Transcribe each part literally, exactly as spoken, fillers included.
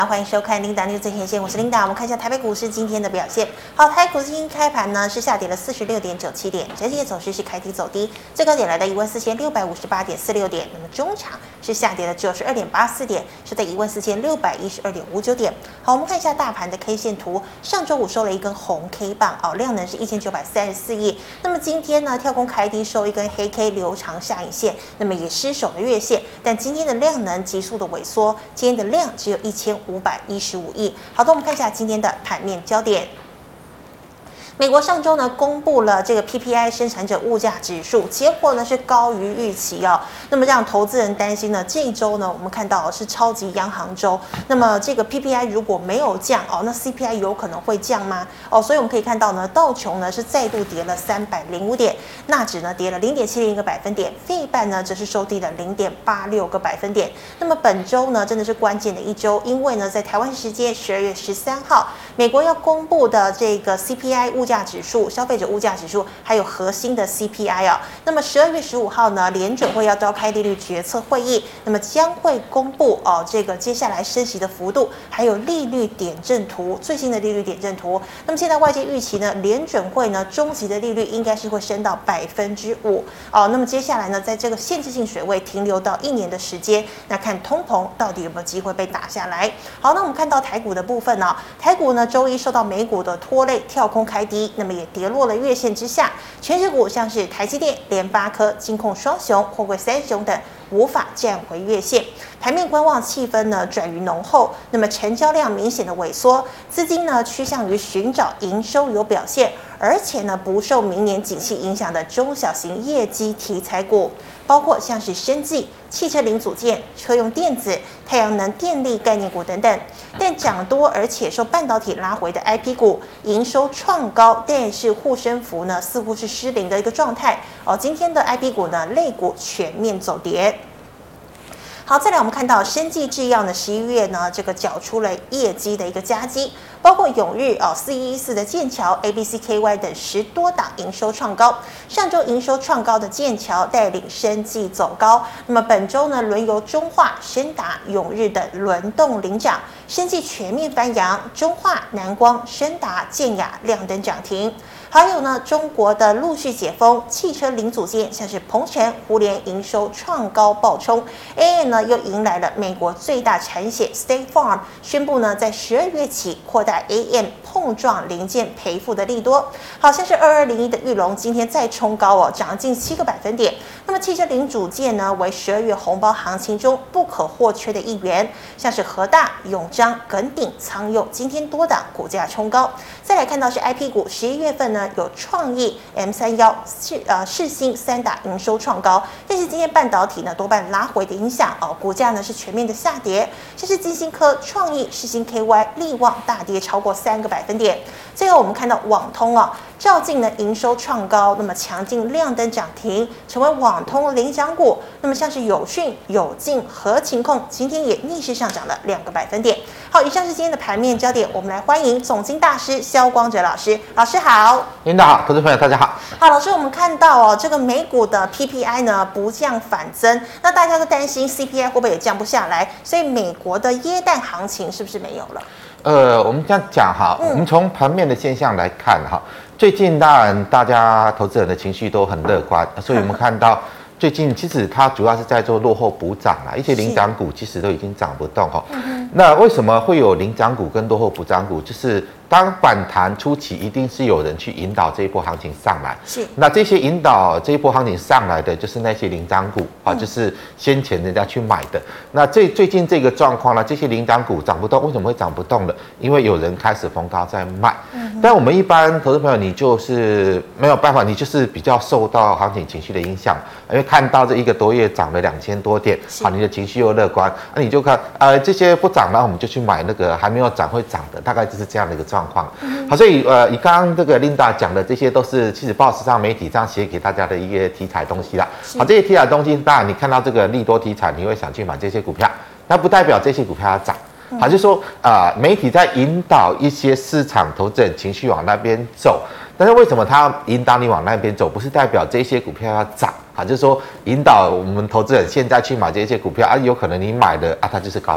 欢迎收看 Linda News 最前线，我是 Linda。我们看一下台北股市今天的表现。好，台股今天开盘呢是下跌了四十六点九七点，整体的走势是开低走低，最高点来到一万四千六百五十八点四六点。那么中场是下跌了九十二点八四点，是在一万四千六百一十二点五九点。好，我们看一下大盘的 K 线图，上周五收了一根红 K 棒，哦，量能是一千九百三十四亿。那么今天呢，跳空开低收一根黑 K 留长下影线，那么也失守了月线，但今天的量能急速的萎缩，今天的量只有一千五百一十五亿。好的，我们看一下今天的盘面焦点。美国上周呢公布了这个 P P I 生产者物价指数，结果呢是高于预期哦。那么让投资人担心呢，这一周呢我们看到是超级央行周，那么这个 P P I 如果没有降哦，那 C P I 有可能会降吗？哦，所以我们可以看到呢，道琼呢是再度跌了三百零五点，纳指呢跌了零点七零个百分点，费半呢则是收低了零点八六个百分点。那么本周呢真的是关键的一周，因为呢在台湾时间十二月十三号，美国要公布的这个 C P I 物价指数、消费者物价指数，还有核心的 C P I 啊。那么十二月十五号呢，联准会要召开利率决策会议，那么将会公布哦这个接下来升息的幅度，还有利率点阵图，最新的利率点阵图。那么现在外界预期呢，联准会呢终极的利率应该是会升到百分之五哦。那么接下来呢，在这个限制性水位停留到一年的时间，那看通膨到底有没有机会被打下来。好，那我们看到台股的部分呢、哦，台股呢周一受到美股的拖累，跳空开低，那么也跌落了月线之下，全指股像是台积电、联发科、金控双雄、货柜三雄等无法站回月线，盘面观望气氛呢转于浓厚，那么成交量明显的萎缩，资金呢趋向于寻找营收有表现，而且呢不受明年景气影响的中小型业绩题材股，包括像是生技、汽车零组件、车用电子、太阳能电力概念股等等。但涨多而且受半导体拉回的 I P 股营收创高，但是护身符呢似乎是失灵的一个状态哦。今天的 I P 股呢类股全面走跌。好，再来我们看到生技制药呢，十一月呢这个缴出了业绩的一个佳绩，包括永日哦、四一一四的剑桥、A B C K Y 等十多档营收创高。上周营收创高的剑桥带领生技走高，那么本周呢轮由中化、深达、永日等轮动领涨，生技全面翻扬，中化、南光、深达、健雅亮灯涨停。还有呢，中国的陆续解封，汽车零组件像是鹏程、胡联营收创高爆冲 ，A M 呢又迎来了美国最大产险 State Farm 宣布呢，在十二月起扩大 A M 碰撞零件赔付的利多。好像是二二零一的裕隆今天再冲高哦，涨近七个百分点。那么汽车零组件呢，为十二月红包行情中不可或缺的一员，像是和大、永彰、耿鼎、仓佑今天多档股价冲高。再来看到是 I P 股，十一月份呢有创意、M 三一、世呃世芯三大营收创高，但是今天半导体呢多半拉回的影响哦，股价呢是全面的下跌，像是金星科、创意、世芯 K Y、力旺大跌超过三个百分点。最后我们看到网通啊，兆进呢营收创高，那么强劲亮灯涨停，成为网通领涨股。那么像是友讯、友进、合勤控今天也逆势上涨了两个百分点。好，以上是今天的盘面焦点，我们来欢迎总经大师萧光哲老师。老师好。 领导好，投资朋友大家好。 好，老师，我们看到哦，这个美股的 P P I 呢不降反增，那大家都担心 C P I 会不会也降不下来，所以美国的耶诞行情是不是没有了？ 呃，我们这样讲哈，嗯、我们从盘面的现象来看哈，最近当然大家投资人的情绪都很乐观，所以我们看到最近其实它主要是在做落后补涨啦，一些领涨股其实都已经涨不动哈。嗯、那为什么会有领涨股跟落后补涨股？就是当反弹初期，一定是有人去引导这一波行情上来。 是， 那这些引导这一波行情上来的，就是那些领涨股啊，嗯、就是先前人家去买的。那最最近这个状况呢，这些领涨股涨不动，为什么会涨不动呢？因为有人开始逢高在卖。嗯、但我们一般投资朋友，你就是没有办法，你就是比较受到行情情绪的影响，因为看到这一个多月涨了两千多点，好，你的情绪又乐观，那、啊、你就看呃这些不涨了，我们就去买那个还没有涨会涨的，大概就是这样的一个状况。嗯、好，所以呃，以刚刚这个 Linda 讲的这些都是其实报纸上媒体上写给大家的一些题材东西啦。好，这些题材东西，当然你看到这个利多题材，你会想去买这些股票，那不代表这些股票要涨。好，就是说啊、呃，媒体在引导一些市场投资人情绪往那边走，但是为什么他引导你往那边走，不是代表这些股票要涨？好，就是说引导我们投资人现在去买这些股票啊，有可能你买的啊，它就是高点。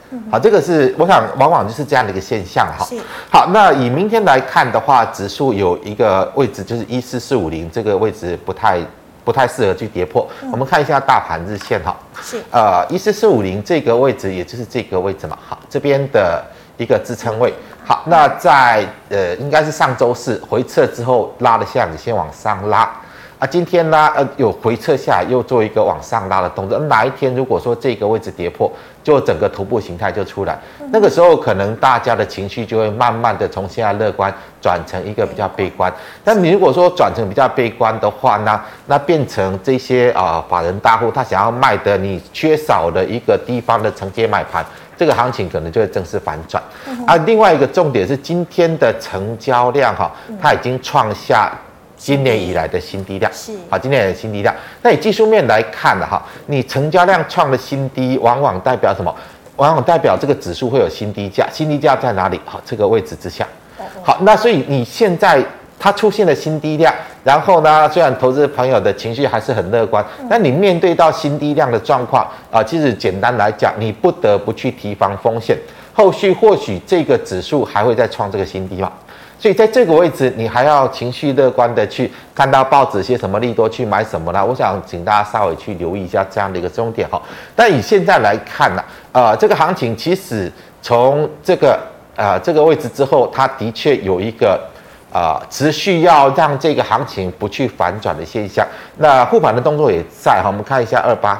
好，这个是我想往往就是这样的一个现象哈。 是。 好，那以明天来看的话，指数有一个位置就是一四四五零这个位置不太不太适合去跌破。嗯、我们看一下大盘日线哈。 是。 呃，一四四五零这个位置也就是这个位置嘛。好，这边的一个支撑位。好，那在呃应该是上周四回撤之后拉了下影线往上拉。啊，今天呢，呃，有回撤下来，又做一个往上拉的动作。哪一天如果说这个位置跌破，就整个头部形态就出来，嗯、那个时候可能大家的情绪就会慢慢的从现在乐观转成一个比较悲观。但你如果说转成比较悲观的话呢，那变成这些啊、呃、法人大户他想要卖的，你缺少了一个地方的承接买盘。这个行情可能就会正式反转。嗯、啊，另外一个重点是今天的成交量哈，它已经创下今年以来的新低量， 是好，今年的新低量。那以技术面来看的哈，你成交量创了新低，往往代表什么？往往代表这个指数会有新低价，新低价在哪里？好，这个位置之下。好，那所以你现在它出现了新低量，然后呢，虽然投资朋友的情绪还是很乐观，但你面对到新低量的状况啊，其实简单来讲，你不得不去提防风险。后续或许这个指数还会再创这个新低嘛？所以在这个位置，你还要情绪乐观的去看到报纸些什么利多去买什么呢？我想请大家稍微去留意一下这样的一个重点哈。但以现在来看呢、啊，呃，这个行情其实从这个呃这个位置之后，它的确有一个呃持续要让这个行情不去反转的现象。那护盘的动作也在哈，我们看一下二八。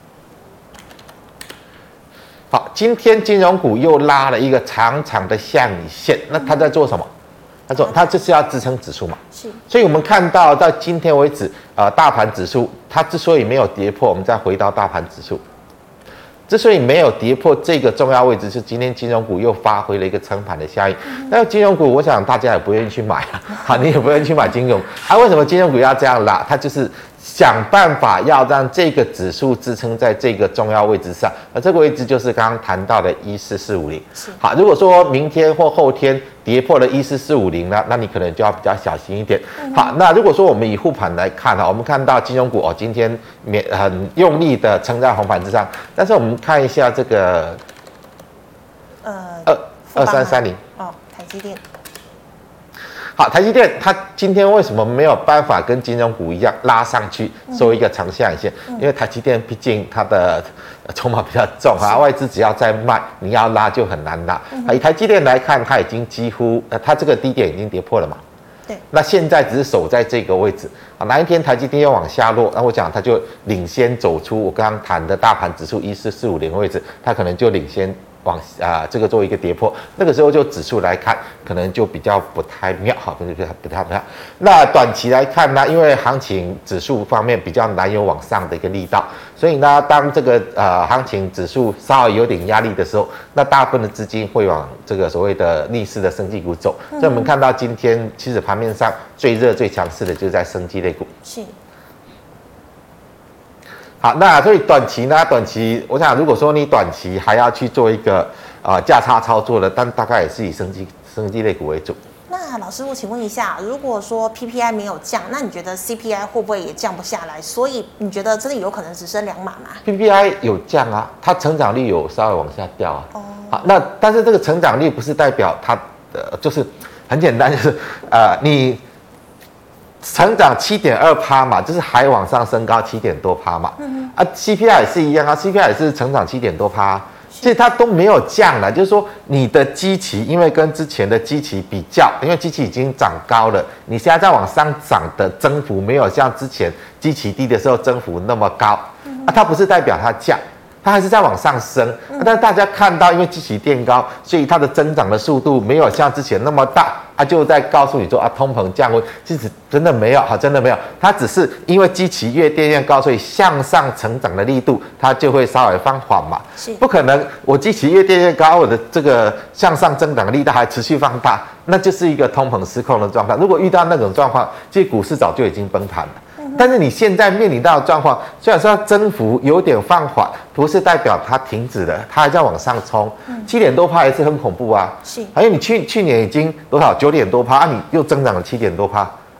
好，今天金融股又拉了一个长长的下影线，那它在做什么？他说：“它就是要支撑指数嘛， 是， 所以我们看到到今天为止，呃，大盘指数它之所以没有跌破，我们再回到大盘指数，之所以没有跌破这个重要位置，是今天金融股又发挥了一个撑盘的效应。嗯、那金融股，我想大家也不愿意去买啊，好，你也不愿意去买金融。啊，为什么金融股要这样拉？它就是想办法要让这个指数支撑在这个重要位置上，而这个位置就是刚刚谈到的一四四五零。好，如果说明天或后天跌破了一四四五零呢，那你可能就要比较小心一点。嗯、好，那如果说我们以护盘来看哈，我们看到金融股哦，今天免很用力的撑在红盘之上，但是我们看一下这个呃二二三三零哦，台积电。 好，台积电它今天为什么没有办法跟金融股一样拉上去收一个长下影线？嗯、因为台积电毕竟它的筹码比较重啊，外资只要在卖，你要拉就很难拉。嗯、以台积电来看，它已经几乎呃，它这个低点已经跌破了嘛。 对。 那现在只是守在这个位置啊，哪一天台积电要往下落，那我讲它就领先走出我刚刚谈的大盘指数一四四五零位置，它可能就领先。往啊、呃，这个做一个跌破，那个时候就指数来看，可能就比较不太妙，好，可能就不太妙。那短期来看呢，因为行情指数方面比较难有往上的一个力道，所以呢，当这个呃行情指数稍微有点压力的时候，那大部分的资金会往这个所谓的逆势的生技股走。嗯、所以我们看到今天其实盘面上最热、最强势的就是在生技类股。 是。 好，那所以短期呢？短期，我想如果说你短期还要去做一个呃价差操作的，但大概也是以生技生技类股为主。 那老师，我请问一下，如果说 P P I 没有降，那你觉得 C P I 会不会也降不下来？所以你觉得真的有可能只剩两码吗 ？P P I 有降啊，它成长率有稍微往下掉啊。 哦。 好，那但是这个成长率不是代表它的，就是很简单，就是呃你。成长七点二趴嘛，就是还往上升高七点多趴嘛。嗯啊 ，C P I 也是一样啊 ，C P I 也是成长七点多趴，所以它都没有降了。就是说，你的基期因为跟之前的基期比较，因为基期已经涨高了，你现在再往上涨的增幅没有像之前基期低的时候增幅那么高。嗯、啊，它不是代表它降。它还是在往上升，但是大家看到，因为基期垫高，所以它的增长的速度没有像之前那么大，啊，就在告诉你说啊，通膨降温，其实真的没有，哈，真的没有，它只是因为基期越垫越高，所以向上成长的力度它就会稍微放缓嘛，不可能我基期越垫越高，我的这个向上增长的力道还持续放大，那就是一个通膨失控的状况。如果遇到那种状况，其实股市早就已经崩盘了。但是你现在面临到的状况，虽然说它增幅有点放缓，不是代表它停止了，它还在往上冲，七点多趴也是很恐怖啊。 是， 还有你去去年已经多少九点多趴，啊，你又增长了七点多趴，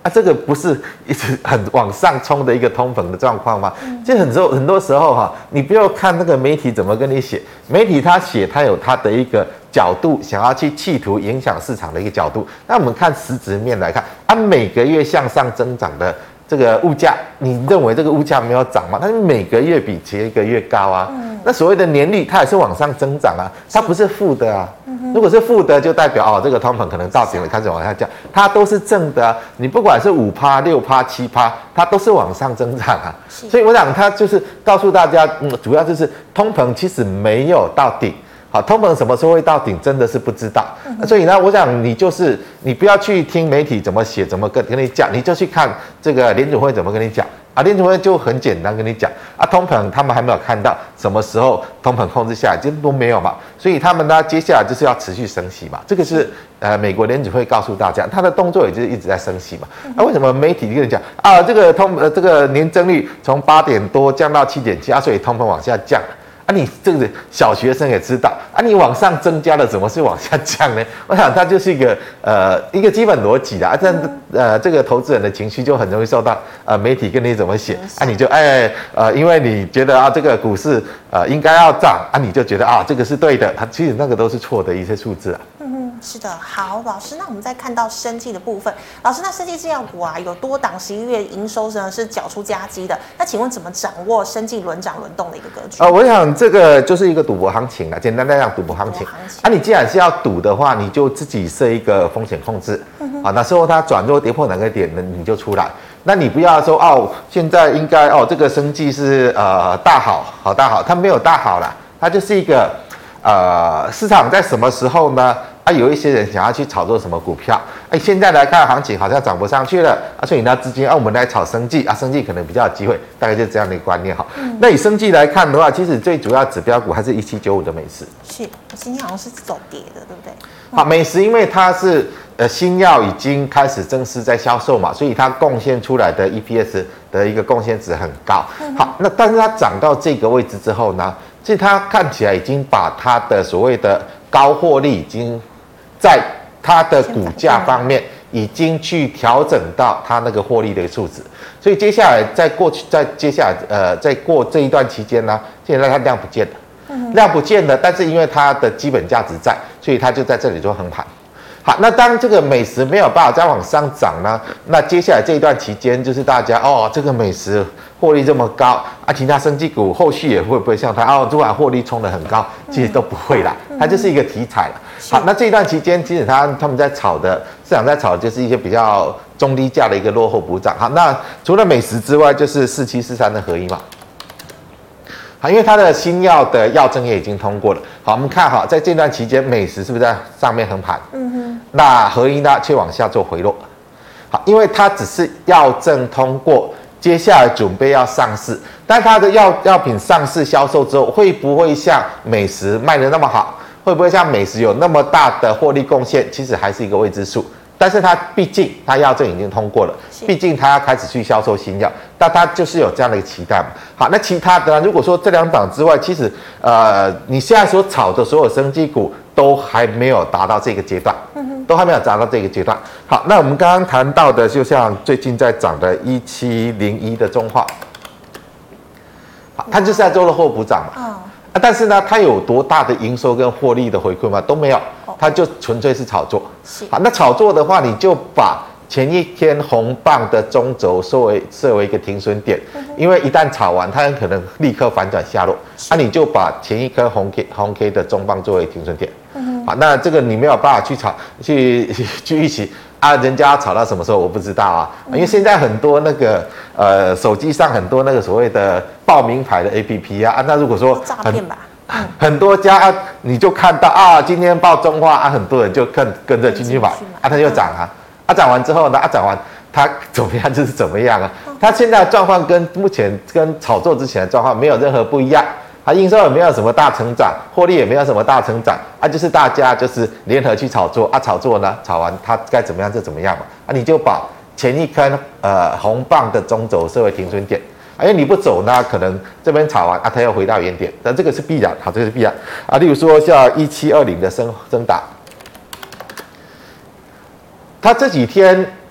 啊，这个不是一直很往上冲的一个通膨的状况吗？就很多很多时候哈，你不要看那个媒体怎么跟你写，媒体他写他有他的一个角度，想要去企图影响市场的一个角度。那我们看实质面来看，啊，每个月向上增长的这个物价，你认为这个物价没有涨吗？它是每个月比前一个月高啊。嗯、那所谓的年率，它也是往上增长啊，它不是负的啊。嗯、如果是负的，就代表哦，这个通膨可能到顶了，开始往下降。它都是正的啊，你不管是五趴、六趴、七趴，它都是往上增长啊。所以我想，它就是告诉大家，嗯，主要就是通膨其实没有到顶。好，通膨什么时候会到顶，真的是不知道。嗯、所以呢，我想你就是你不要去听媒体怎么写，怎么跟跟你讲，你就去看这个联准会怎么跟你讲啊。联准会就很简单跟你讲啊，通膨他们还没有看到什么时候通膨控制下来，这都没有嘛。所以他们呢，接下来就是要持续升息嘛。这个是呃美国联准会告诉大家，他的动作也就是一直在升息嘛。啊，为什么媒体跟你讲啊，这个通呃这个年增率从八点多降到七点七啊，所以通膨往下降。啊，你这个小学生也知道啊，你往上增加了，怎么是往下降呢？我想它就是一个呃一个基本逻辑啦。啊，这呃这个投资人的情绪就很容易受到呃媒体跟你怎么写啊，你就哎呃因为你觉得啊这个股市呃应该要涨啊，你就觉得啊这个是对的，它其实那个都是错的一些数字啊。 嗯，是的。好，老师，那我们再看到生技的部分，老师，那生技制药股啊有多档十一月营收呢是缴出佳绩的，那请问怎么掌握生技轮涨轮动的一个格局？ 啊、呃，我想。这个就是一个赌博行情啊，简单来讲，赌博行情。啊，你既然是要赌的话，你就自己设一个风险控制。嗯、啊，那时候它转弱跌破哪个点呢，你就出来。那你不要说哦，现在应该哦，这个生技是呃大好，好大好，它没有大好啦，它就是一个呃市场在什么时候呢？啊，有一些人想要去炒作什么股票，哎，现在来看行情好像涨不上去了，啊，所以那资金啊，我们来炒生技啊，生技可能比较有机会，大概就是这样的一个观念哈。嗯、那以生技来看的话，其实最主要指标股还是一七九五的美食。 是，今天好像是走跌的，对不对？ 嗯、好，美食因为它是呃新药已经开始正式在销售嘛，所以它贡献出来的 E P S 的一个贡献值很高。嗯、好，那但是它涨到这个位置之后呢，其实它看起来已经把它的所谓的高获利已经在它的股价方面已经去调整到它那个获利的数值，所以接下来在过去，在接下来呃，在过这一段期间呢，现在它量不见了，嗯、量不见了，但是因为它的基本价值在，所以它就在这里做横盘。好，那当这个美食没有办法再往上涨呢，那接下来这一段期间就是大家哦，这个美食获利这么高啊，其他生技股后续也会不会像它哦，突然获利冲得很高？其实都不会啦，它就是一个题材了。好，那这一段期间，其实他他们在炒的市场在炒的就是一些比较中低价的一个落后补涨。好，那除了美食之外，就是四七四三的合一嘛。好，因为它的新药的药证也已经通过了。好，我们看好在这段期间，美食是不是在上面横盘？嗯哼。那合一呢，却往下做回落。好，因为它只是药证通过，接下来准备要上市，但它的药药品上市销售之后，会不会像美食卖得那么好？会不会像美食有那么大的获利贡献？其实还是一个未知数。但是它毕竟它药证已经通过了，毕竟它要开始去销售新药，那它就是有这样的一个期待嘛。好，那其他的如果说这两档之外，其实呃你现在所炒的所有生技股都还没有达到这个阶段，都还没有达到这个阶段。好，那我们刚刚谈到的，就像最近在涨的一七零一的中化，好，它就是在做落后补涨嘛。嗯啊，但是呢，它有多大的营收跟获利的回馈吗？都没有，它就纯粹是炒作。好，那炒作的话，你就把前一天红棒的中轴设为设为一个停损点，嗯、因为一旦炒完，它很可能立刻反转下落。那、啊、你就把前一根红 K 红 K 的中棒作为停损点。嗯、好，那这个你没有办法去炒去去预期。啊，人家要炒到什么时候我不知道啊，因为现在很多那个呃手机上很多那个所谓的报名牌的 A P P 啊，啊那如果说诈骗吧，嗯、 很多家、啊、你就看到啊，今天报中化啊，很多人就跟跟着进去买，啊它就涨啊，啊涨完之后呢，啊涨完它怎么样就是怎么样啊，它现在的状况跟目前跟炒作之前的状况没有任何不一样。啊，营收也没有什么大成长，获利也没有什么大成长，啊，就是大家就是联合去炒作啊，炒作呢，炒完它该怎么样就怎么样嘛，啊，你就把前一根呃红棒的中轴设为停损点，啊，因为你不走呢，可能这边炒完啊，它又回到原点，但这个是必然，好，这个是必然啊，例如说像一七二零的升升达，它这几天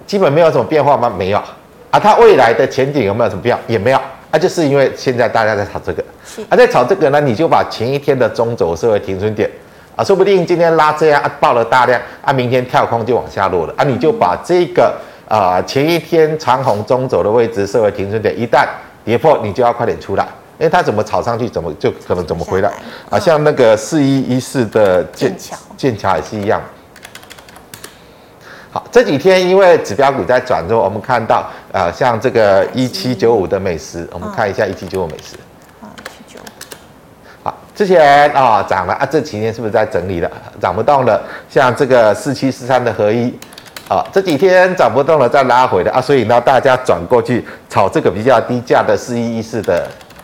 基本没有什么变化吗？没有啊。它未来的前景有没有什么变化？也没有啊。就是因为现在大家在炒这个，啊，在炒这个呢，你就把前一天的中轴设为停损点啊，说不定今天拉这样啊，爆了大量啊，明天跳空就往下落了啊，你就把这个啊、呃、前一天长红中轴的位置设为停损点，一旦跌破，你就要快点出来。因为它怎么炒上去，怎么就可能怎么回来啊？像那个四一一四的剑桥，剑桥也是一样。好，这几天因为指标股在转弱，我们看到呃，像这个一七九五的美食，我们看一下一七九五美食。啊，一七九五。好，之前啊涨了啊，这几天是不是在整理了？涨不动了。像这个四七四三的合一。啊，这几天涨不动了，再拉回的啊，所以呢，大家转过去炒这个比较低价的四一一四的。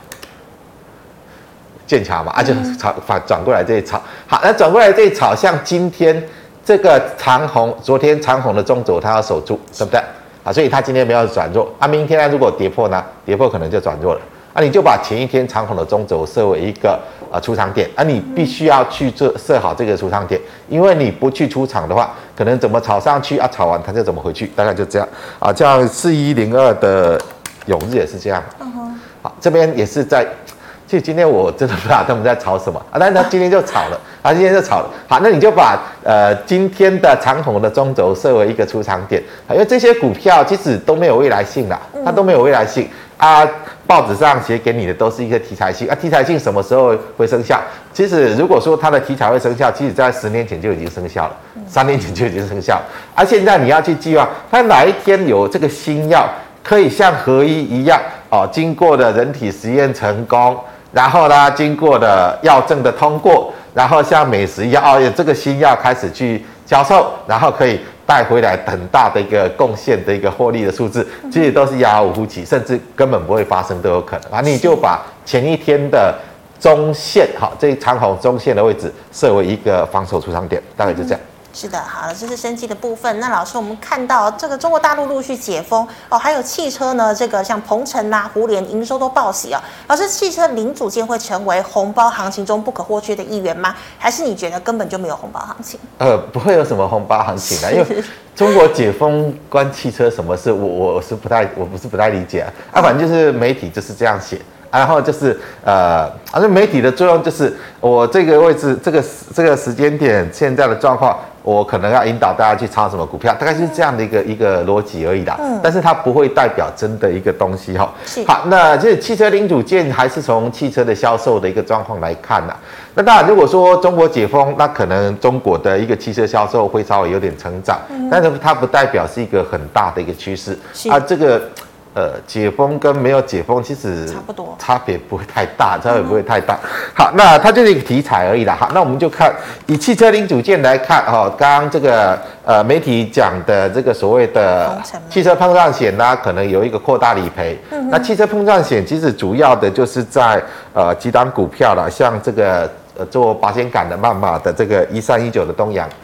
剑桥嘛，啊就炒反转过来这一炒，好，那转过来这一炒，像今天这个长红，昨天长红的中轴它要守住，对不对？啊，所以它今天没有转弱，啊，明天呢如果跌破呢，跌破可能就转弱了，啊，你就把前一天长红的中轴设为一个呃出场点，啊，你必须要去做设好这个出场点，因为你不去出场的话，可能怎么炒上去啊，炒完它就怎么回去，大概就这样啊，像四一零二的永日也是这样，好，这边也是在。其实今天我真的不知道他们在炒什么啊，但是他今天就炒了啊，今天就炒了。好，那你就把呃今天的长红的中轴设为一个出场点啊，因为这些股票其实都没有未来性啦，它都没有未来性啊。报纸上写给你的都是一些题材性啊，题材性什么时候会生效？其实如果说它的题材会生效，其实在十年前就已经生效了，三年前就已经生效了。而、啊、现在你要去计划，它哪一天有这个新药可以像合一一样哦，经过的人体实验成功。然后呢，经过的药证的通过，然后像美食一样，哦，这个新药开始去销售，然后可以带回来很大的一个贡献的一个获利的数字，其实都是遥遥无期，甚至根本不会发生都有可能啊！你就把前一天的中线，好，这一长红中线的位置设为一个防守出场点，大概就这样。 是的，好了，这是生技的部分。那老师，我们看到这个中国大陆陆续解封哦，还有汽车呢，这个像鹏程啦、胡联营收都报喜啊。老师，汽车零组件会成为红包行情中不可或缺的一员吗？还是你觉得根本就没有红包行情？ 呃，不会有什么红包行情的，因为中国解封关汽车什么事，我我是不太，我不是不太理解啊。啊，反正就是媒体就是这样写。然后就是呃，反正媒体的作用就是我这个位置、这个这个时间点、现在的状况，我可能要引导大家去抄什么股票，大概是这样的一个一个逻辑而已啦。嗯，但是它不会代表真的一个东西哈。好，那这汽车零组件还是从汽车的销售的一个状况来看呐。那当然，如果说中国解封，那可能中国的一个汽车销售会稍微有点成长，嗯、但是它不代表是一个很大的一个趋势啊。这个。呃，解封跟没有解封其实差不多， 差别不会太大，差别不会太大。好，那它就是一个题材而已啦。好，那我们就看以汽车零组件来看，哈、哦，刚刚这个呃媒体讲的这个所谓的汽车碰撞险呢，可能有一个扩大理赔。嗯、那汽车碰撞险其实主要的就是在呃几档股票啦，像这个呃做保险杆的、曼马的这个一三一九的东阳。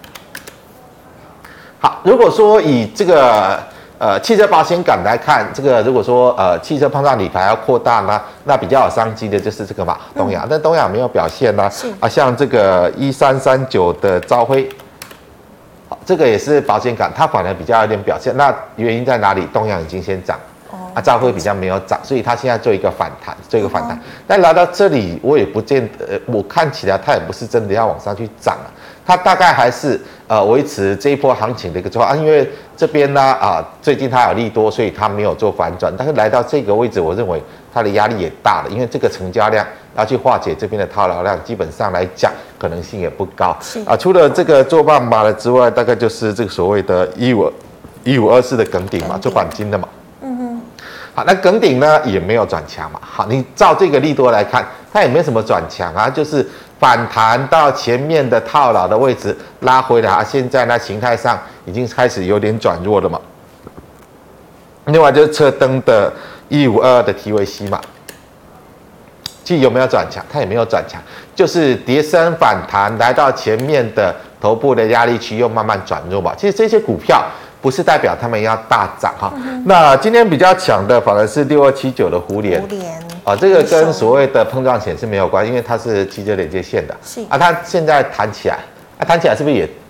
好，如果说以这个。呃，汽车保险杆来看，这个如果说呃汽车碰撞理赔要扩大呢，那比较有商机的就是这个嘛，东阳。但东阳没有表现呢，啊，像这个一三三九的朝晖，好，这个也是保险杆，它反而比较有点表现。那原因在哪里？东阳已经先涨，啊，朝晖比较没有涨，所以它现在做一个反弹，做一个反弹。但来到这里，我也不见得，我看起来它也不是真的要往上去涨啊。它大概还是呃维持这一波行情的一个状况、啊，因为这边呢啊最近它有利多，所以它没有做反转。但是来到这个位置，我认为它的压力也大了，因为这个成交量要去化解这边的套牢量，基本上来讲可能性也不高啊。除了这个做半马的之外，大概就是这个所谓的一五一五二四的耿鼎嘛，做钣金的嘛。嗯哼。好，那耿鼎呢也没有转强嘛。好，你照这个利多来看，它也没什么转强啊，就是。反弹到前面的套牢的位置拉回来啊，现在呢形态上已经开始有点转弱了嘛。另外就是车灯的一五二二的 T V C 嘛，其实有没有转强？它也没有转强，就是跌升反弹来到前面的头部的压力区，又慢慢转弱嘛。其实这些股票不是代表他们要大涨哈。嗯、那今天比较强的反而是六二七九的胡联。 胡联。 啊，这个跟所谓的碰撞险是没有关，因为它是汽车连接线的。是啊，它现在弹起来，啊，弹起来是不是也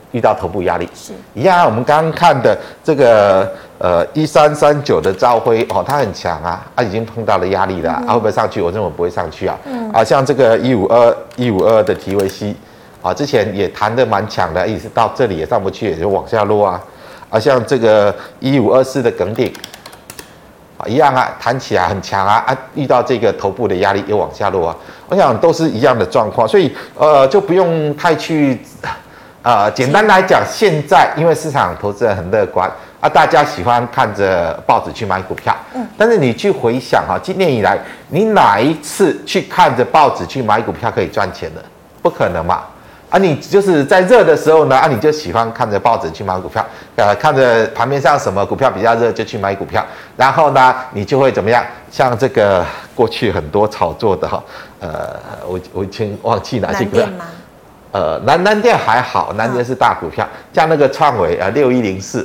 遇到头部压力， 是一样啊。我们刚刚看的这个呃一三三九的兆辉哦，它很强啊，它、啊、已经碰到了压力了、啊，嗯、啊会不会上去？我认为不会上去啊。嗯、啊，像这个一五二一五二的 T V C 啊，之前也弹得蛮强的，一直到这里也上不去，也就往下落啊。啊，像这个一五二四的耿鼎。啊，一样啊，弹起来很强啊，啊，遇到这个头部的压力又往下落啊，我想都是一样的状况，所以呃就不用太去，呃，简单来讲，现在因为市场投资人很乐观啊，大家喜欢看着报纸去买股票，嗯，但是你去回想哈、啊，今年以来你哪一次去看着报纸去买股票可以赚钱的？不可能嘛。啊，你就是在热的时候呢，啊，你就喜欢看着报纸去买股票，呃，看着盘面上什么股票比较热就去买股票，然后呢，你就会怎么样？像这个过去很多炒作的哈，呃，我我已经忘记哪些股票，呃，南南电还好，南电是大股票，像那个创维呃六一零四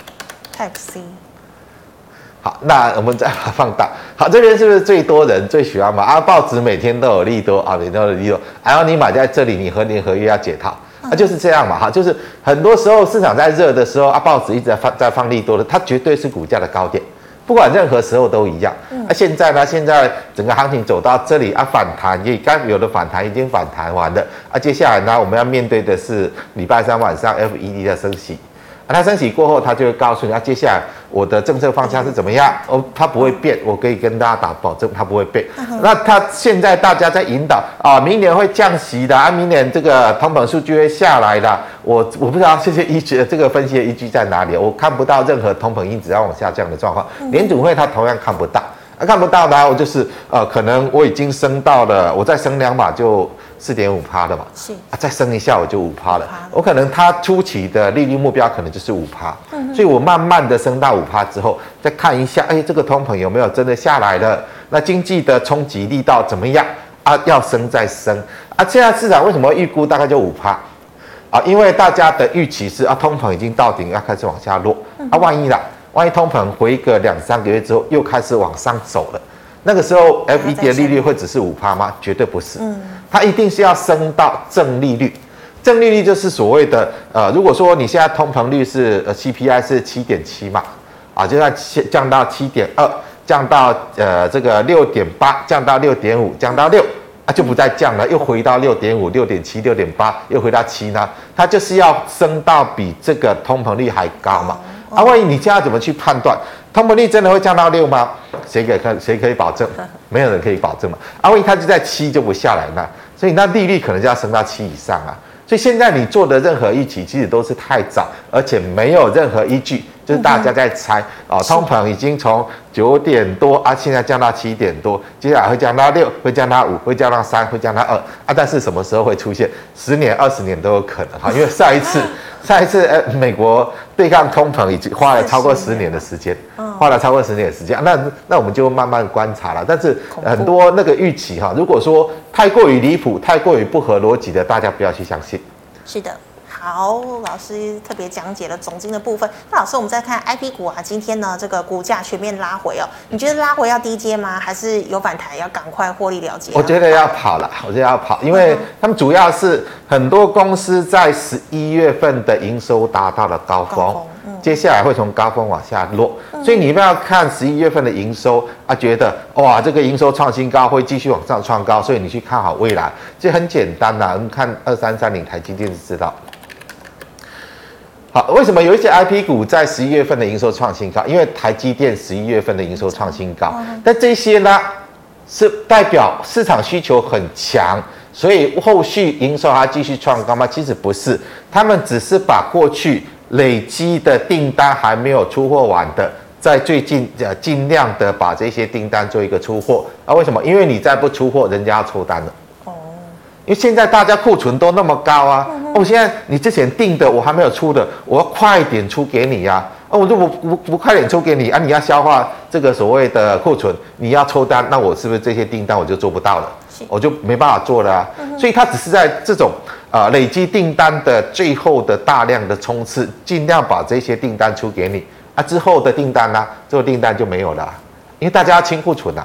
，Type C。 好，那我们再把它放大。好，这边是不是最多人最喜欢买啊？报纸每天都有利多啊，每天都有利多，然后你买在这里，你合年合月要解套，啊，就是这样嘛，哈，就是很多时候市场在热的时候啊，报纸一直在放在放利多的，它绝对是股价的高点，不管任何时候都一样。嗯、啊，现在呢，现在整个行情走到这里啊，反弹也刚有的反弹已经反弹完了啊，接下来呢，我们要面对的是礼拜三晚上 F E D 的升息。它升息过后，它就会告诉你，啊，接下来我的政策方向是怎么样？哦，它不会变，我可以跟大家打保证，它不会变。Uh-huh. 那它现在大家在引导啊，明年会降息的啊，明年这个通膨数据会下来的。我我不知道这些依据，这个分析的依据在哪里？我看不到任何通膨因子要往下降的状况。联储会它同样看不到，啊，看不到呢，我就是呃，可能我已经升到了，我再升两码就。四点五趴了嘛，是啊，再升一下我就五趴了。我可能它初期的利率目标可能就是五趴，嗯，所以我慢慢的升到五趴之后，再看一下，哎，这个通膨有没有真的下来了？那经济的冲击力道怎么样啊？要升再升啊！现在市场为什么预估大概就五趴啊？因为大家的预期是啊，通膨已经到顶，要开始往下落啊。万一啦，万一通膨回个两三个月之后又开始往上走了。那个时候 F E D 的利率会只是五趴吗？绝对不是，嗯，它一定是要升到正利率。正利率就是所谓的呃，如果说你现在通膨率是呃 C P I 是七点七嘛，啊，就要降到七点二，降到呃这个六点八，降到六点五，降到六，啊就不再降了，又回到六点五、六点七、六点八，又回到七呢，它就是要升到比这个通膨率还高嘛。啊，万一你现在怎么去判断通膨率真的会降到六吗？谁可以谁可以保证？没有人可以保证嘛。啊，万一它就在七就不下来那，所以那利率可能就要升到七以上啊。所以现在你做的任何预期其实都是太早，而且没有任何依据，就是大家在猜啊、哦，通膨已经从九点多啊，现在降到七点多，接下来会降到六，会降到五，会降到三，会降到二啊。但是什么时候会出现？十年、二十年都有可能哈，因为上一次。上一次，呃，美国对抗通膨已经花了超过十年的时间，花了超过十年的时间，那那我们就慢慢观察了。但是很多那个预期哈，如果说太过于离谱、太过于不合逻辑的，大家不要去相信。 是的。好，老师特别讲解了总经的部分。那老师，我们再看 I P 股啊，今天呢这个股价全面拉回哦，你觉得拉回要低接吗？还是有反弹要赶快获利了结？ 我觉得要跑了，我觉得要跑，因为他们主要是很多公司在十一月份的营收达到了高峰，高峰嗯、接下来会从高峰往下落，嗯、所以你不要看十一月份的营收啊，觉得哇这个营收创新高会继续往上创高，所以你去看好未来，这很简单呐、啊，你看二三三零台积电就知道。好，为什么有一些 I P 股在十一月份的营收创新高？因为台积电十一月份的营收创新高，但这些呢是代表市场需求很强，所以后续营收还继续创高吗？其实不是，他们只是把过去累积的订单还没有出货完的，在最近呃尽量的把这些订单做一个出货啊。为什么？因为你再不出货，人家要抽单了。因为现在大家库存都那么高啊，嗯、哦，现在你之前订的我还没有出的，我要快点出给你呀、啊，哦，我如果不不不快点出给你啊，你要消化这个所谓的库存，你要抽单，那我是不是这些订单我就做不到了，我就没办法做了啊？嗯、所以它只是在这种呃累积订单的最后的大量的冲刺，尽量把这些订单出给你啊，之后的订单呢、啊，之后订单就没有了、啊，因为大家要清库存啊。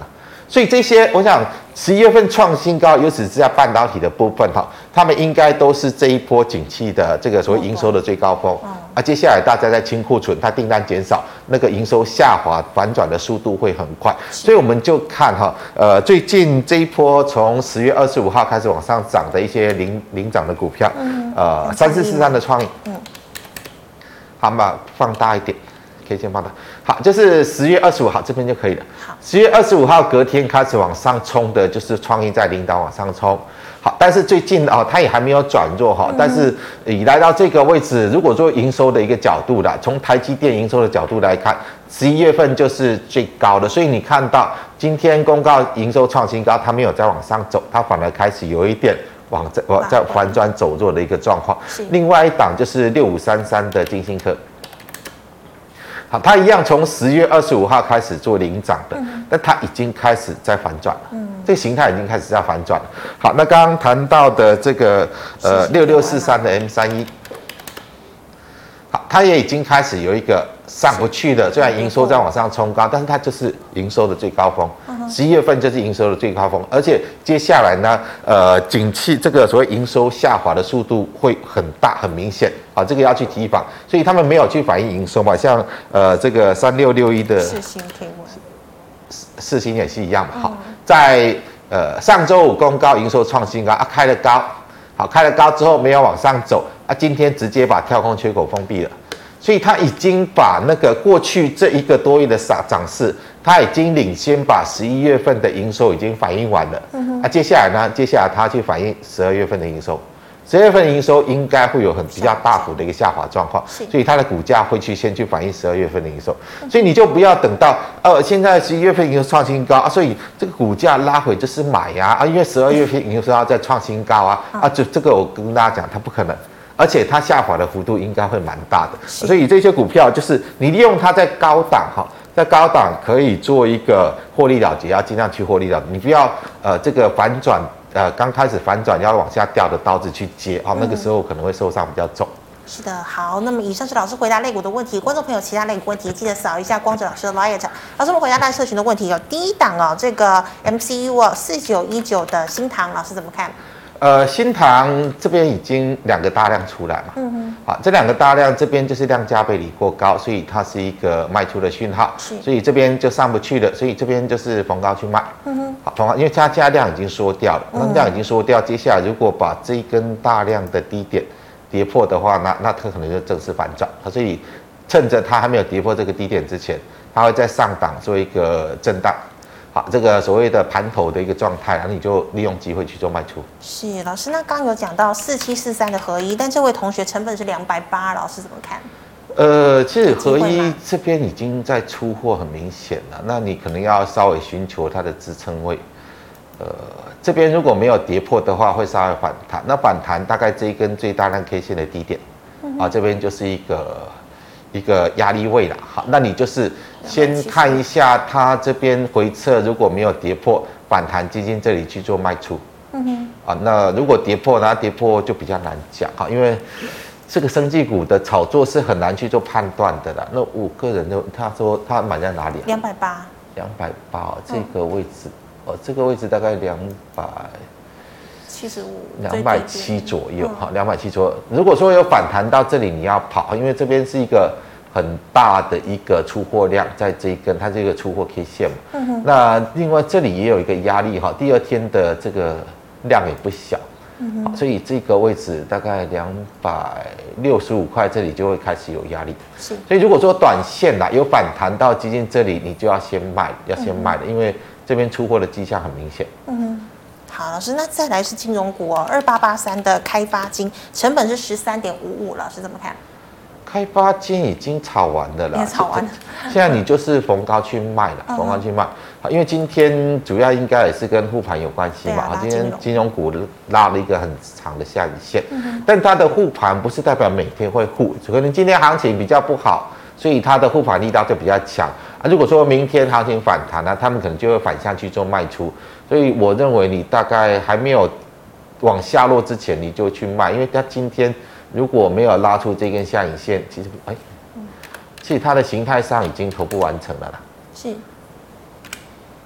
所以这些我想十一月份创新高，尤其是在半导体的部分哈，他们应该都是这一波景气的这个所谓营收的最高峰。啊，接下来大家在清库存，它订单减少，那个营收下滑反转的速度会很快。所以我们就看哈，呃，最近这一波从十月二十五号开始往上涨的一些领领涨的股票，嗯、呃，三四四三的创意，嗯，好，把放大一点。可以先放大，好，就是十月二十五号这边就可以了。好，十月二十五号隔天开始往上冲的，就是创意在领导往上冲。好，但是最近哦，它也还没有转弱哈。嗯、但是以来到这个位置，如果说营收的一个角度啦，从台积电营收的角度来看，十一月份就是最高的，所以你看到今天公告营收创新高，它没有再往上走，它反而开始有一点往在往在反转走弱的一个状况。另外一档就是六五三三的晶心科。好，它一样从十月二十五号开始做领涨的，嗯、但它已经开始在反转了，嗯、这个形态已经开始在反转了。好，那刚刚谈到的这个呃六六四三的 M 三一，好，它也已经开始有一个上不去的，虽然营收在往上冲高，但是它就是营收的最高峰，十一、嗯、月份就是营收的最高峰，而且接下来呢，呃，景气这个所谓营收下滑的速度会很大很明显。好，这个要去提防，所以他们没有去反映营收嘛，像呃这个三六六一的世芯 K 一， 世芯也是一样嘛。好，在呃上周五公告营收创新高啊，开了高，好开了高之后没有往上走啊，今天直接把跳空缺口封闭了，所以它已经把那个过去这一个多月的涨涨势，它已经领先把十一月份的营收已经反映完了，嗯、啊，接下来呢，接下来它去反映十二月份的营收。十月份营收应该会有很比较大幅的一个下滑状况，所以它的股价会去先去反映十二月份的营收，所以你就不要等到呃现在十一月份营收创新高啊，所以这个股价拉回就是买呀 啊, 啊，因为十二月份营收要再创新高啊啊，就这个我跟大家讲，它不可能，而且它下滑的幅度应该会蛮大的，所以这些股票就是你利用它在高档哈。在高档可以做一个获利了结，要尽量去获利了结，你不要呃这个反转。呃，刚开始反转要往下掉的刀子去接，好、哦，那个时候可能会受伤比较重。 是的，好，那么以上是老师回答类股的问题，观众朋友其他类股问题记得扫一下光哲老师的 Light。老师们回答大社群的问题有第一档哦，这个 M C U 哦四九一九的新唐，老师怎么看？ 呃，新唐这边已经两个大量出来嘛，嗯哼，好，这两个大量这边就是量价背离过高，所以它是一个卖出的讯号，所以这边就上不去了，所以这边就是逢高去卖，嗯哼，好，逢高，因为它加量已经缩掉了，那量已经缩掉，接下来如果把这一根大量的低点跌破的话，那那它可能就正式反转，所以趁着它还没有跌破这个低点之前，它会在上档做一个震荡。好，这个所谓的盘头的一个状态，然后你就利用机会去做卖出。 是老师，那刚刚有讲到四七四三的合一，但这位同学成本是两百八，老师怎么看？ 呃，其实合一这边已经在出货很明显了，那你可能要稍微寻求它的支撑位。呃，这边如果没有跌破的话，会稍微反弹。那反弹大概这一根最大量 K 线的低点，嗯、啊，这边就是一个。一个压力位啦，好，那你就是先看一下它这边回撤，如果没有跌破反弹基金这里去做卖出，嗯哼，啊，那如果跌破，那跌破就比较难讲哈，因为这个生技股的炒作是很难去做判断的啦。那我个人就他说他买在哪里、啊？ 两百八， 两百八，这个位置，哦，这个位置大概两百。 七十五， 两百七左右，哈、嗯，两百七左右。如果说有反弹到这里，你要跑，因为这边是一个很大的一个出货量，在这一根它这个出货 K 线嘛。嗯哼。那另外这里也有一个压力哈，第二天的这个量也不小，嗯哼。所以这个位置大概两百六十五块，这里就会开始有压力。是。所以如果说短线啦有反弹到基金这里，你就要先卖，要先卖的，嗯、因为这边出货的迹象很明显。嗯哼。 好，老师，那再来是金融股哦，二八八三的开发金，成本是十三点五五，老师怎么看？ 开发金已经炒完了啦， 也炒完了。 现在你就是逢高去卖了，逢高去卖。好，因为今天主要应该也是跟护盘有关系嘛。啊、今天金融股拉了一个很长的下影线，嗯、但它的护盘不是代表每天会护，可能今天行情比较不好，所以它的护盘力道就比较强啊。如果说明天行情反弹呢、啊，他们可能就会反向去做卖出。所以我认为你大概还没有往下落之前，你就去卖，因为它今天如果没有拉出这根下影线，其实哎，其实它的形态上已经头部完成了啦。是。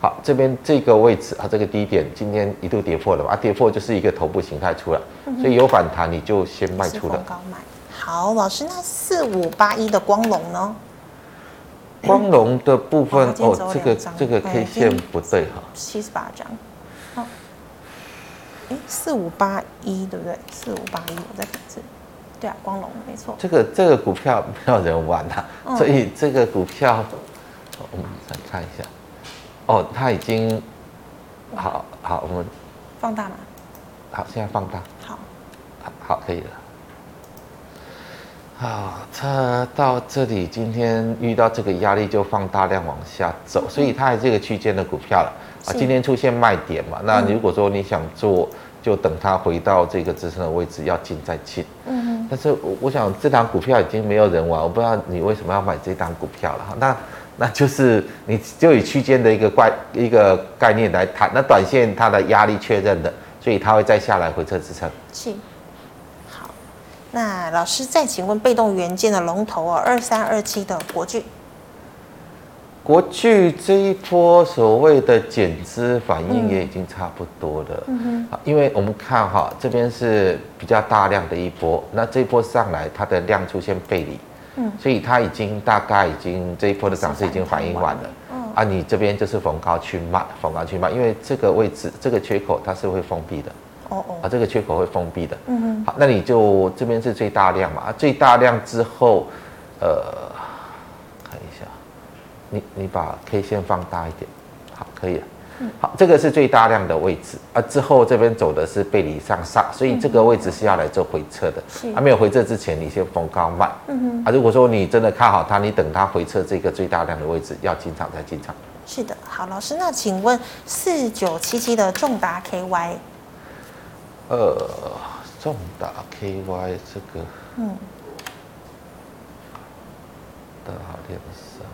好，这边这个位置啊，这个低点今天一度跌破了嘛，啊，跌破就是一个头部形态出来，嗯、所以有反弹你就先卖出了。 高买。好，老师，那四五八一的光龙呢？ 光龙的部分、嗯、哦，这个这个 K 线不对哈， 七十八张。好，哎，四五八一对不对？四五八一，我再看一次。对啊，光龙没错。 这个这个股票没有人玩啊，嗯、所以这个股票我们再看一下。哦，它已经好好，我们放大吗？ 好，现在放大。 好， 好，好，可以了。好，它到这里，今天遇到这个压力就放大量往下走，所以它还是这个区间的股票了啊。今天出现卖点嘛，那如果说你想做，就等它回到这个支撑的位置，要进再进。嗯哼。但是我我想这档股票已经没有人玩，我不知道你为什么要买这档股票了。那那就是你就以区间的一个概一个概念来谈，那短线它的压力确认的，所以它会再下来回撤支撑。 是。那老师再请问被动元件的龙头哦，二三二七的国巨。 国巨这一波所谓的减资反应也已经差不多了，嗯哼，因为我们看哈，这边是比较大量的一波，那这一波上来它的量出现背离，嗯，所以它已经大概已经这一波的涨势已经反应完了，嗯，啊，你这边就是逢高去卖，逢高去卖，因为这个位置这个缺口它是会封闭的。哦哦，啊，这个缺口会封闭的。嗯哼，好，那你就这边是最大量嘛，啊，最大量之后，呃，看一下，你你把 K 线放大一点，好，可以了。嗯，好，这个是最大量的位置啊，之后这边走的是背离向上，所以这个位置是要来做回撤的。是，还没有回撤之前，你先逢高卖。嗯哼，啊，如果说你真的看好它，你等它回撤这个最大量的位置，要进场再进场。 是的，好，老师，那请问四九七七的重达 K Y。 呃，重达 K Y 这个，嗯，大量上，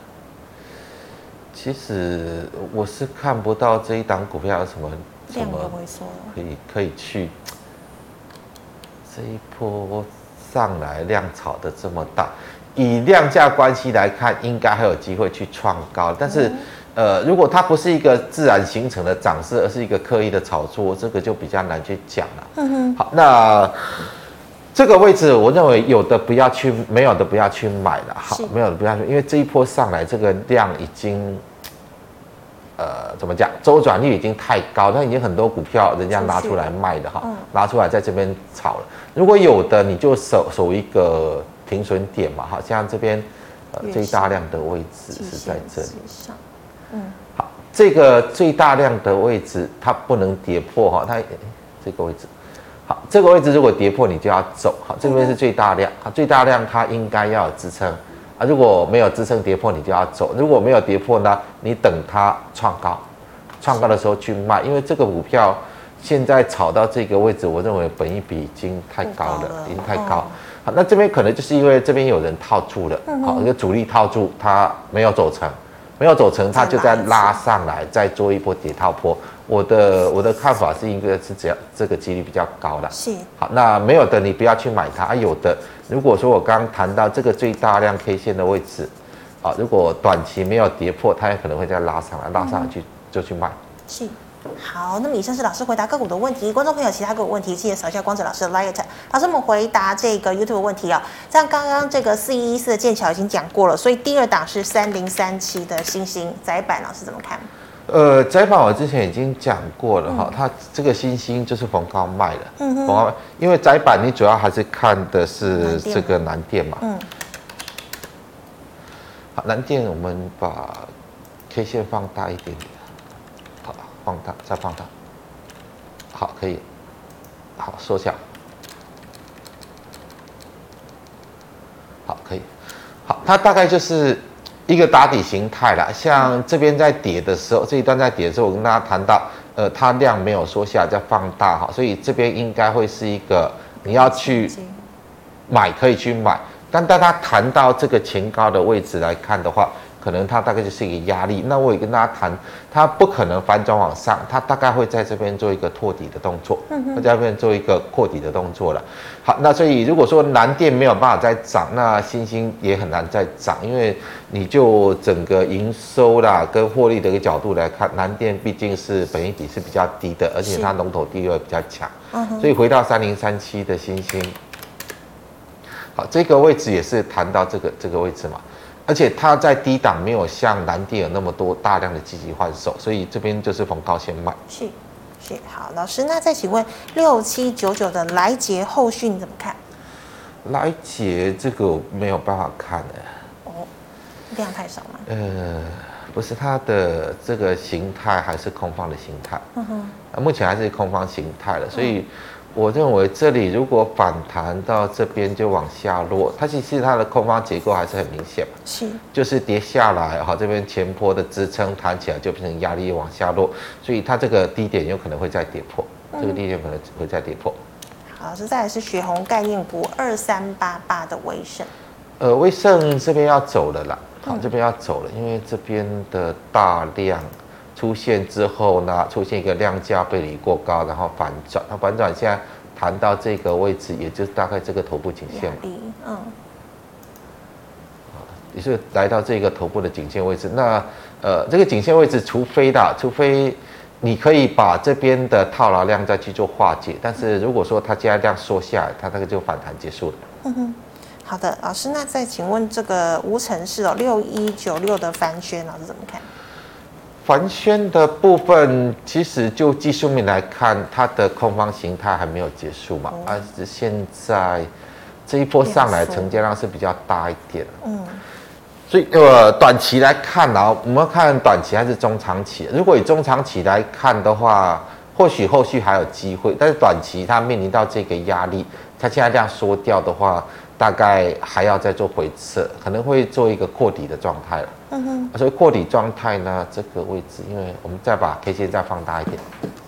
其实我是看不到这一档股票有什么什么可以可以去，这一波上来量炒的这么大，以量价关系来看，应该还有机会去创高，但是。嗯呃，如果它不是一个自然形成的涨势，而是一个刻意的炒作，这个就比较难去讲了。嗯哼。好，那这个位置，我认为有的不要去，没有的不要去买了。好，没有的不要去，因为这一波上来，这个量已经，呃，怎么讲，周转率已经太高，那已经很多股票人家拿出来卖的哈，嗯、拿出来在这边炒了。如果有的，你就守守一个停损点嘛，好像这边呃最大量的位置是在这里。嗯，好，这个最大量的位置它不能跌破哈，它这个位置，好，这个位置如果跌破你就要走，好，这边是最大量，好，最大量它应该要有支撑啊，如果没有支撑跌破你就要走，如果没有跌破呢，你等它创高，创高的时候去卖，因为这个股票现在炒到这个位置，我认为本益比已经太高了，已经太高，好，那这边可能就是因为这边有人套住了，好，一个主力套住，它没有走成。没有走成，它就在拉上来，再做一波跌套波。我的我的看法是，应该是这样，这个几率比较高的。是。好，那没有的你不要去买它，啊、有的，如果说我刚刚谈到这个最大量 K 线的位置，啊，如果短期没有跌破，它也可能会再拉上来，拉上来去、嗯、就去卖。是。 好，那么以上是老师回答个股的问题，观众朋友其他个股问题记得扫一下光子老师的 Light。老师，我们回答这个 YouTube 问题哦。像刚刚这个四一一四的剑桥已经讲过了，所以第二档是三零三七的星星载板，老师怎么看？ 呃，载板我之前已经讲过了哈，嗯、它这个星星就是逢高卖的，嗯逢高卖，因为载板你主要还是看的是这个南电嘛，嗯。好，南电我们把 K 线放大一点点。好，放大，再放大，好，可以，好，缩小，好，可以，好，它大概就是一个打底形态啦。像这边在跌的时候，这一段在跌的时候，我跟大家谈到，呃，它量没有缩下，再放大哈，所以这边应该会是一个你要去买可以去买，但当它谈到这个前高的位置来看的话。 可能它大概就是一个压力。那我也跟大家谈，它不可能反转往上，它大概会在这边做一个拓底的动作，会在这边做一个扩底的动作了。好，那所以如果说南电没有办法再涨，那新兴也很难再涨，因为你就整个营收啦跟获利的一个角度来看，南电毕竟是本益比是比较低的，而且它龙头地位比较强，所以回到三零三七的新兴。好，这个位置也是谈到这个这个位置嘛，而且它在低档没有像南电有那么多大量的积极换手，所以这边就是逢高先卖。 是是，好，老师，那再请问六七九九的来捷后续你怎么看？ 来捷这个没有办法看的。 哦，量太少吗？ 呃，不是，它的这个形态还是空方的形态，嗯哼，啊，目前还是空方形态的，所以。嗯，我认为这里如果反弹到这边就往下落，它其实它的空方结构还是很明显嘛， 是，就是跌下来，好，这边前波的支撑弹起来就变成压力往下落，所以它这个低点有可能会再跌破，嗯、这个低点可能会再跌破。 好，老师，再来是雪红概念股二三八八的威盛， 呃，威盛这边要走了啦，好，这边要走了，因为这边的大量。出现之后呢，出现一个量价背离过高，然后反转。它反转现在弹到这个位置，也就是大概这个头部颈线嘛，嗯，也是来到这个头部的颈线位置。那呃，这个颈线位置，除非的，除非你可以把这边的套牢量再去做化解，但是如果说它现在量缩下来，它那个就反弹结束了。 嗯哼，好的，老师，那再请问这个无尘室哦，六一九六的帆轩，老师怎么看？ 帆轩的部分，其实就技术面来看，它的空方形态还没有结束嘛，而、哦、是现在这一波上来成交量是比较大一点，嗯，所以呃短期来看啊，我们要看短期还是中长期。如果以中长期来看的话，或许后续还有机会，但是短期它面临到这个压力，它现在量缩掉的话，大概还要再做回撤，可能会做一个扩底的状态了。嗯哼，所以扩底状态呢，这个位置，因为我们再把 K 线再放大一点，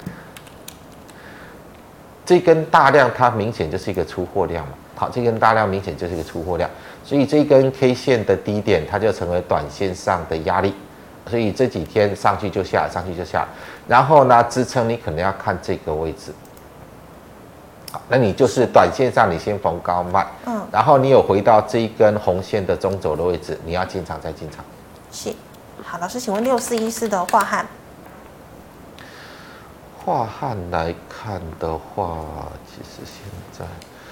这根大量它明显就是一个出货量嘛。好，这根大量明显就是一个出货量，所以这根 K 线的低点它就成为短线上的压力，所以这几天上去就下来，上去就下来，然后呢支撑你可能要看这个位置。好，那你就是短线上你先逢高卖，嗯，然后你有回到这一根红线的中轴的位置，你要进场再进场。 是，好，老师，请问六四一四的华汉， 华汉来看的话，其实现在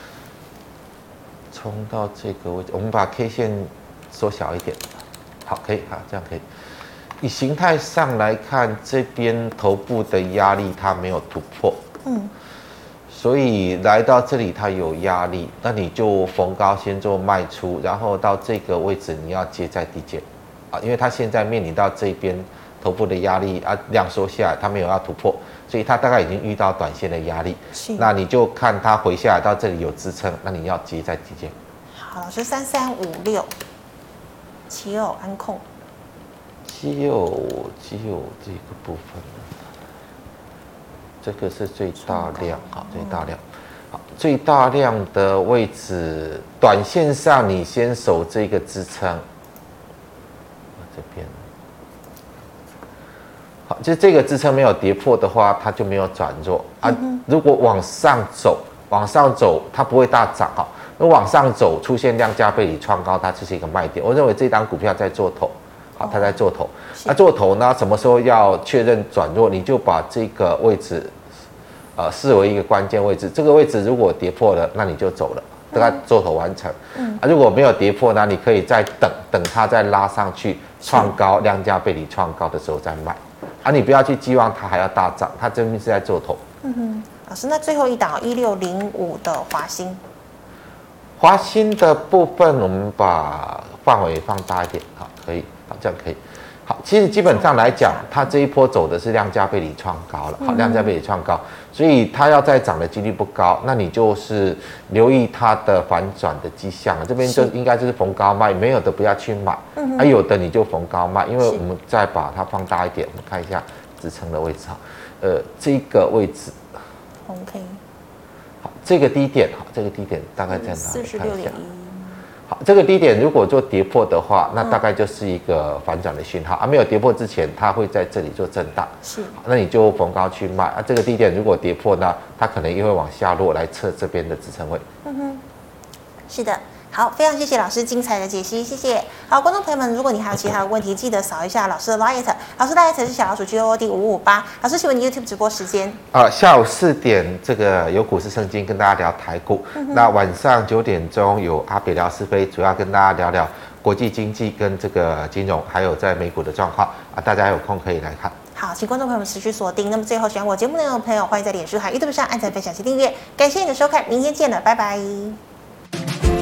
冲到这个位置，我们把 K 线缩小一点，好，可以，好，这样可以。以形态上来看，这边头部的压力它没有突破，嗯，所以来到这里它有压力，那你就逢高先做卖出，然后到这个位置你要接在低阶。啊，因为它现在面临到这边头部的压力啊，量缩下来，它没有要突破，所以它大概已经遇到短线的压力。是，那你就看它回下来到这里有支撑，那你要接在低阶。 好，老师，三三五六，奇偶安控， 奇偶奇偶这个部分，这个是最大量，好，最大量，好，最大量的位置，短线上你先守这个支撑。这边，好，就是这个支撑没有跌破的话，它就没有转弱啊。如果往上走，往上走，它不会大涨哈。那往上走出现量价背离创高，它就是一个卖点。我认为这档股票在做头，好，它在做头。那做头呢，什么时候要确认转弱，你就把这个位置，呃，视为一个关键位置。这个位置如果跌破了，那你就走了。大概做头完成，嗯，啊，如果没有跌破呢，你可以再等等它再拉上去创高，量价背离创高的时候再卖，啊，你不要去寄望它还要大涨，它这边是在做头。 嗯哼，老师，那最后一档一六零五的华兴， 华兴的部分我们把范围放大一点，好，可以，好，这样可以。好，其实基本上来讲，它这一波走的是量价背离创高了，好，量价背离创高，所以它要再涨的几率不高，那你就是留意它的反转的迹象，这边就应该就是逢高卖，没有的不要去买，嗯、啊有的你就逢高卖，因为我们再把它放大一点，我们看一下支撑的位置哈，呃，这个位置 ，OK， 好，这个低点，好，这个低点大概在哪里？ 四十六点一。 好，这个低点如果做跌破的话，那大概就是一个反转的讯号、嗯、啊。没有跌破之前，它会在这里做震荡， 是， 那你就逢高去卖啊。这个低点如果跌破呢，它可能又会往下落来测这边的支撑位。 嗯哼，是的。好，非常谢谢老师精彩的解析，谢谢。好，观众朋友们，如果你还有其他的问题，记得扫一下老师的 Light， 老师的 Light 是小老鼠 G O O D 五五八。老师，请问 YouTube 直播时间？ 啊、呃，下午四点这个有股市圣经跟大家聊台股，嗯、那晚上九点钟有阿北聊是非，主要跟大家聊聊国际经济跟这个金融，还有在美股的状况啊，大家有空可以来看。 好，请观众朋友们持续锁定。那么最后喜欢我节目内容的朋友，欢迎在脸书和 YouTube 上按赞、分享及订阅。感谢你的收看，明天见了，拜拜。